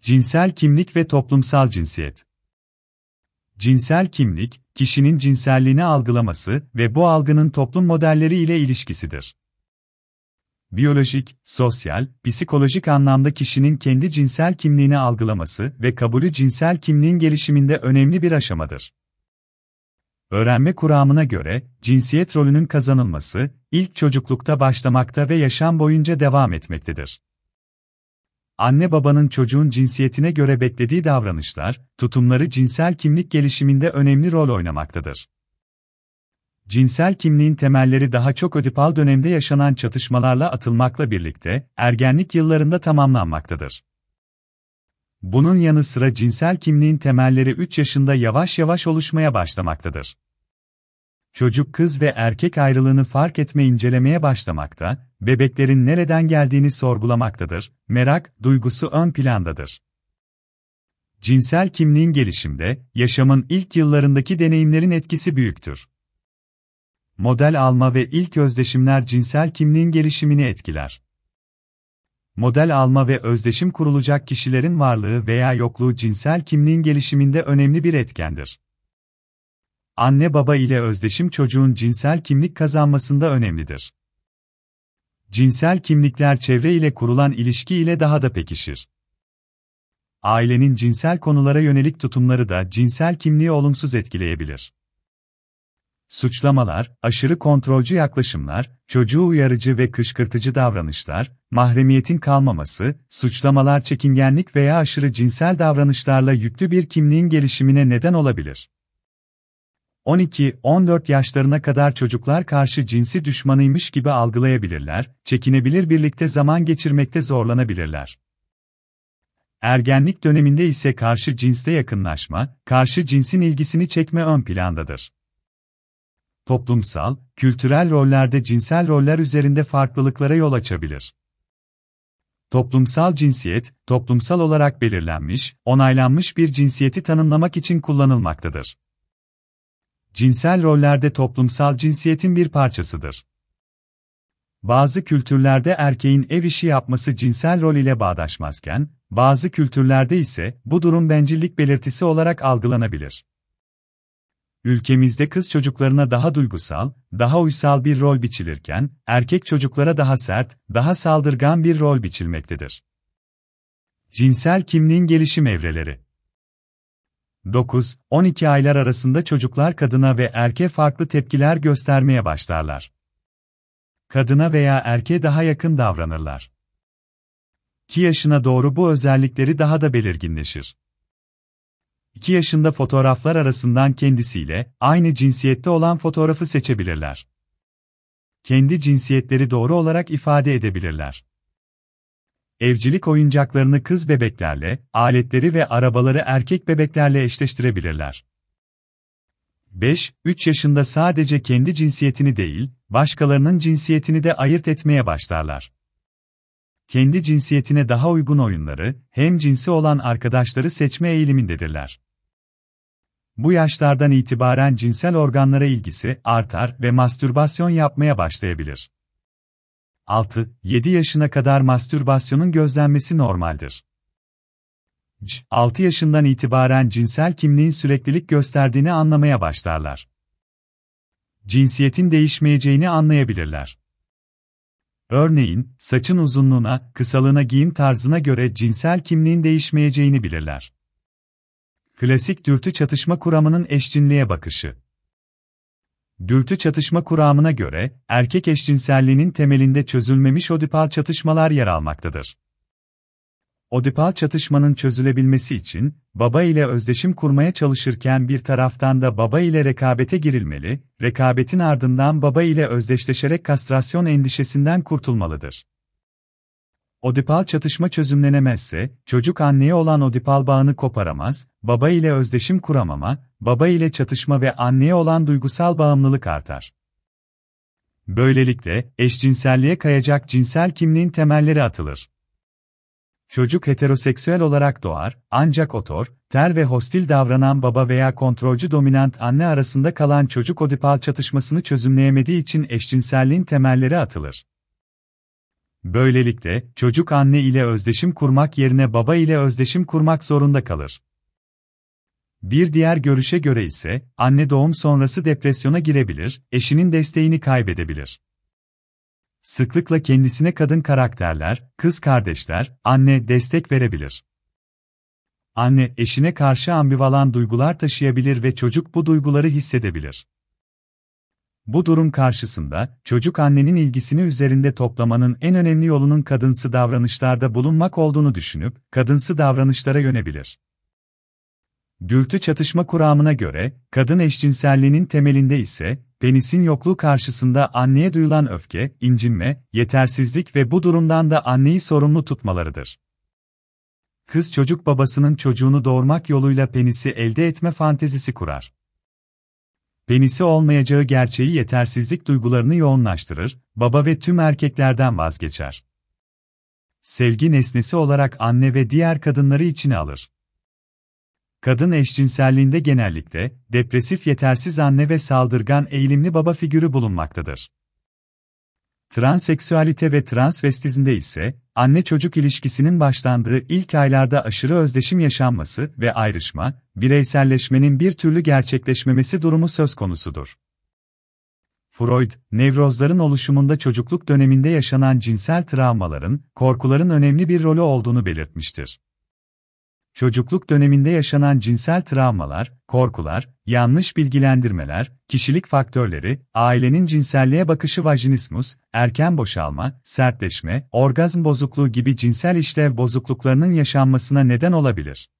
Cinsel kimlik ve toplumsal cinsiyet. Cinsel kimlik, kişinin cinselliğini algılaması ve bu algının toplum modelleri ile ilişkisidir. Biyolojik, sosyal, psikolojik anlamda kişinin kendi cinsel kimliğini algılaması ve kabulü cinsel kimliğin gelişiminde önemli bir aşamadır. Öğrenme kuramına göre, cinsiyet rolünün kazanılması, ilk çocuklukta başlamakta ve yaşam boyunca devam etmektedir. Anne babanın çocuğun cinsiyetine göre beklediği davranışlar, tutumları cinsel kimlik gelişiminde önemli rol oynamaktadır. Cinsel kimliğin temelleri daha çok ödipal dönemde yaşanan çatışmalarla atılmakla birlikte, ergenlik yıllarında tamamlanmaktadır. Bunun yanı sıra cinsel kimliğin temelleri 3 yaşında yavaş yavaş oluşmaya başlamaktadır. Çocuk kız ve erkek ayrılığını fark etme incelemeye başlamakta, bebeklerin nereden geldiğini sorgulamaktadır, merak duygusu ön plandadır. Cinsel kimliğin gelişimde, yaşamın ilk yıllarındaki deneyimlerin etkisi büyüktür. Model alma ve ilk özdeşimler cinsel kimliğin gelişimini etkiler. Model alma ve özdeşim kurulacak kişilerin varlığı veya yokluğu cinsel kimliğin gelişiminde önemli bir etkendir. Anne baba ile özdeşim çocuğun cinsel kimlik kazanmasında önemlidir. Cinsel kimlikler çevre ile kurulan ilişki ile daha da pekişir. Ailenin cinsel konulara yönelik tutumları da cinsel kimliği olumsuz etkileyebilir. Suçlamalar, aşırı kontrolcü yaklaşımlar, çocuğu uyarıcı ve kışkırtıcı davranışlar, mahremiyetin kalmaması, suçlamalar çekingenlik veya aşırı cinsel davranışlarla yüklü bir kimliğin gelişimine neden olabilir. 12-14 yaşlarına kadar çocuklar karşı cinsi düşmanıymış gibi algılayabilirler, çekinebilir, birlikte zaman geçirmekte zorlanabilirler. Ergenlik döneminde ise karşı cinsle yakınlaşma, karşı cinsin ilgisini çekme ön plandadır. Toplumsal, kültürel rollerde cinsel roller üzerinde farklılıklara yol açabilir. Toplumsal cinsiyet, toplumsal olarak belirlenmiş, onaylanmış bir cinsiyeti tanımlamak için kullanılmaktadır. Cinsel rollerde toplumsal cinsiyetin bir parçasıdır. Bazı kültürlerde erkeğin ev işi yapması cinsel rol ile bağdaşmazken, bazı kültürlerde ise bu durum bencillik belirtisi olarak algılanabilir. Ülkemizde kız çocuklarına daha duygusal, daha uysal bir rol biçilirken, erkek çocuklara daha sert, daha saldırgan bir rol biçilmektedir. Cinsel kimliğin gelişim evreleri. 9-12 aylar arasında çocuklar kadına ve erkeğe farklı tepkiler göstermeye başlarlar. Kadına veya erkeğe daha yakın davranırlar. 2 yaşına doğru bu özellikleri daha da belirginleşir. 2 yaşında fotoğraflar arasından kendisiyle aynı cinsiyette olan fotoğrafı seçebilirler. Kendi cinsiyetleri doğru olarak ifade edebilirler. Evcilik oyuncaklarını kız bebeklerle, aletleri ve arabaları erkek bebeklerle eşleştirebilirler. 5-3 yaşında sadece kendi cinsiyetini değil, başkalarının cinsiyetini de ayırt etmeye başlarlar. Kendi cinsiyetine daha uygun oyunları, hem cinsi olan arkadaşları seçme eğilimindedirler. Bu yaşlardan itibaren cinsel organlara ilgisi artar ve mastürbasyon yapmaya başlayabilir. 6-7 yaşına kadar mastürbasyonun gözlenmesi normaldir. 6 yaşından itibaren cinsel kimliğin süreklilik gösterdiğini anlamaya başlarlar. Cinsiyetin değişmeyeceğini anlayabilirler. Örneğin, saçın uzunluğuna, kısalığına, giyim tarzına göre cinsel kimliğin değişmeyeceğini bilirler. Klasik dürtü çatışma kuramının eşcinliğe bakışı. Dürtü çatışma kuramına göre, erkek eşcinselliğinin temelinde çözülmemiş ödipal çatışmalar yer almaktadır. Ödipal çatışmanın çözülebilmesi için, baba ile özdeşim kurmaya çalışırken bir taraftan da baba ile rekabete girilmeli, rekabetin ardından baba ile özdeşleşerek kastrasyon endişesinden kurtulmalıdır. Ödipal çatışma çözümlenemezse, çocuk anneye olan ödipal bağını koparamaz, baba ile özdeşim kuramama, baba ile çatışma ve anneye olan duygusal bağımlılık artar. Böylelikle, eşcinselliğe kayacak cinsel kimliğin temelleri atılır. Çocuk heteroseksüel olarak doğar, ancak otoriter ve hostil davranan baba veya kontrolcü dominant anne arasında kalan çocuk ödipal çatışmasını çözümleyemediği için eşcinselliğin temelleri atılır. Böylelikle, çocuk anne ile özdeşim kurmak yerine baba ile özdeşim kurmak zorunda kalır. Bir diğer görüşe göre ise, anne doğum sonrası depresyona girebilir, eşinin desteğini kaybedebilir. Sıklıkla kendisine kadın karakterler, kız kardeşler, anne destek verebilir. Anne, eşine karşı ambivalan duygular taşıyabilir ve çocuk bu duyguları hissedebilir. Bu durum karşısında, çocuk annenin ilgisini üzerinde toplamanın en önemli yolunun kadınsı davranışlarda bulunmak olduğunu düşünüp, kadınsı davranışlara yönelebilir. Dürtü çatışma kuramına göre, kadın eşcinselliğinin temelinde ise, penisin yokluğu karşısında anneye duyulan öfke, incinme, yetersizlik ve bu durumdan da anneyi sorumlu tutmalarıdır. Kız çocuk babasının çocuğunu doğurmak yoluyla penisi elde etme fantezisi kurar. Penisi olmayacağı gerçeği yetersizlik duygularını yoğunlaştırır, baba ve tüm erkeklerden vazgeçer. Sevgi nesnesi olarak anne ve diğer kadınları içine alır. Kadın eşcinselliğinde genellikle, depresif yetersiz anne ve saldırgan eğilimli baba figürü bulunmaktadır. Transseksüalite ve transvestizmde ise, anne-çocuk ilişkisinin başlandığı ilk aylarda aşırı özdeşim yaşanması ve ayrışma, bireyselleşmenin bir türlü gerçekleşmemesi durumu söz konusudur. Freud, nevrozların oluşumunda çocukluk döneminde yaşanan cinsel travmaların, korkuların önemli bir rolü olduğunu belirtmiştir. Çocukluk döneminde yaşanan cinsel travmalar, korkular, yanlış bilgilendirmeler, kişilik faktörleri, ailenin cinselliğe bakışı vajinismus, erken boşalma, sertleşme, orgazm bozukluğu gibi cinsel işlev bozukluklarının yaşanmasına neden olabilir.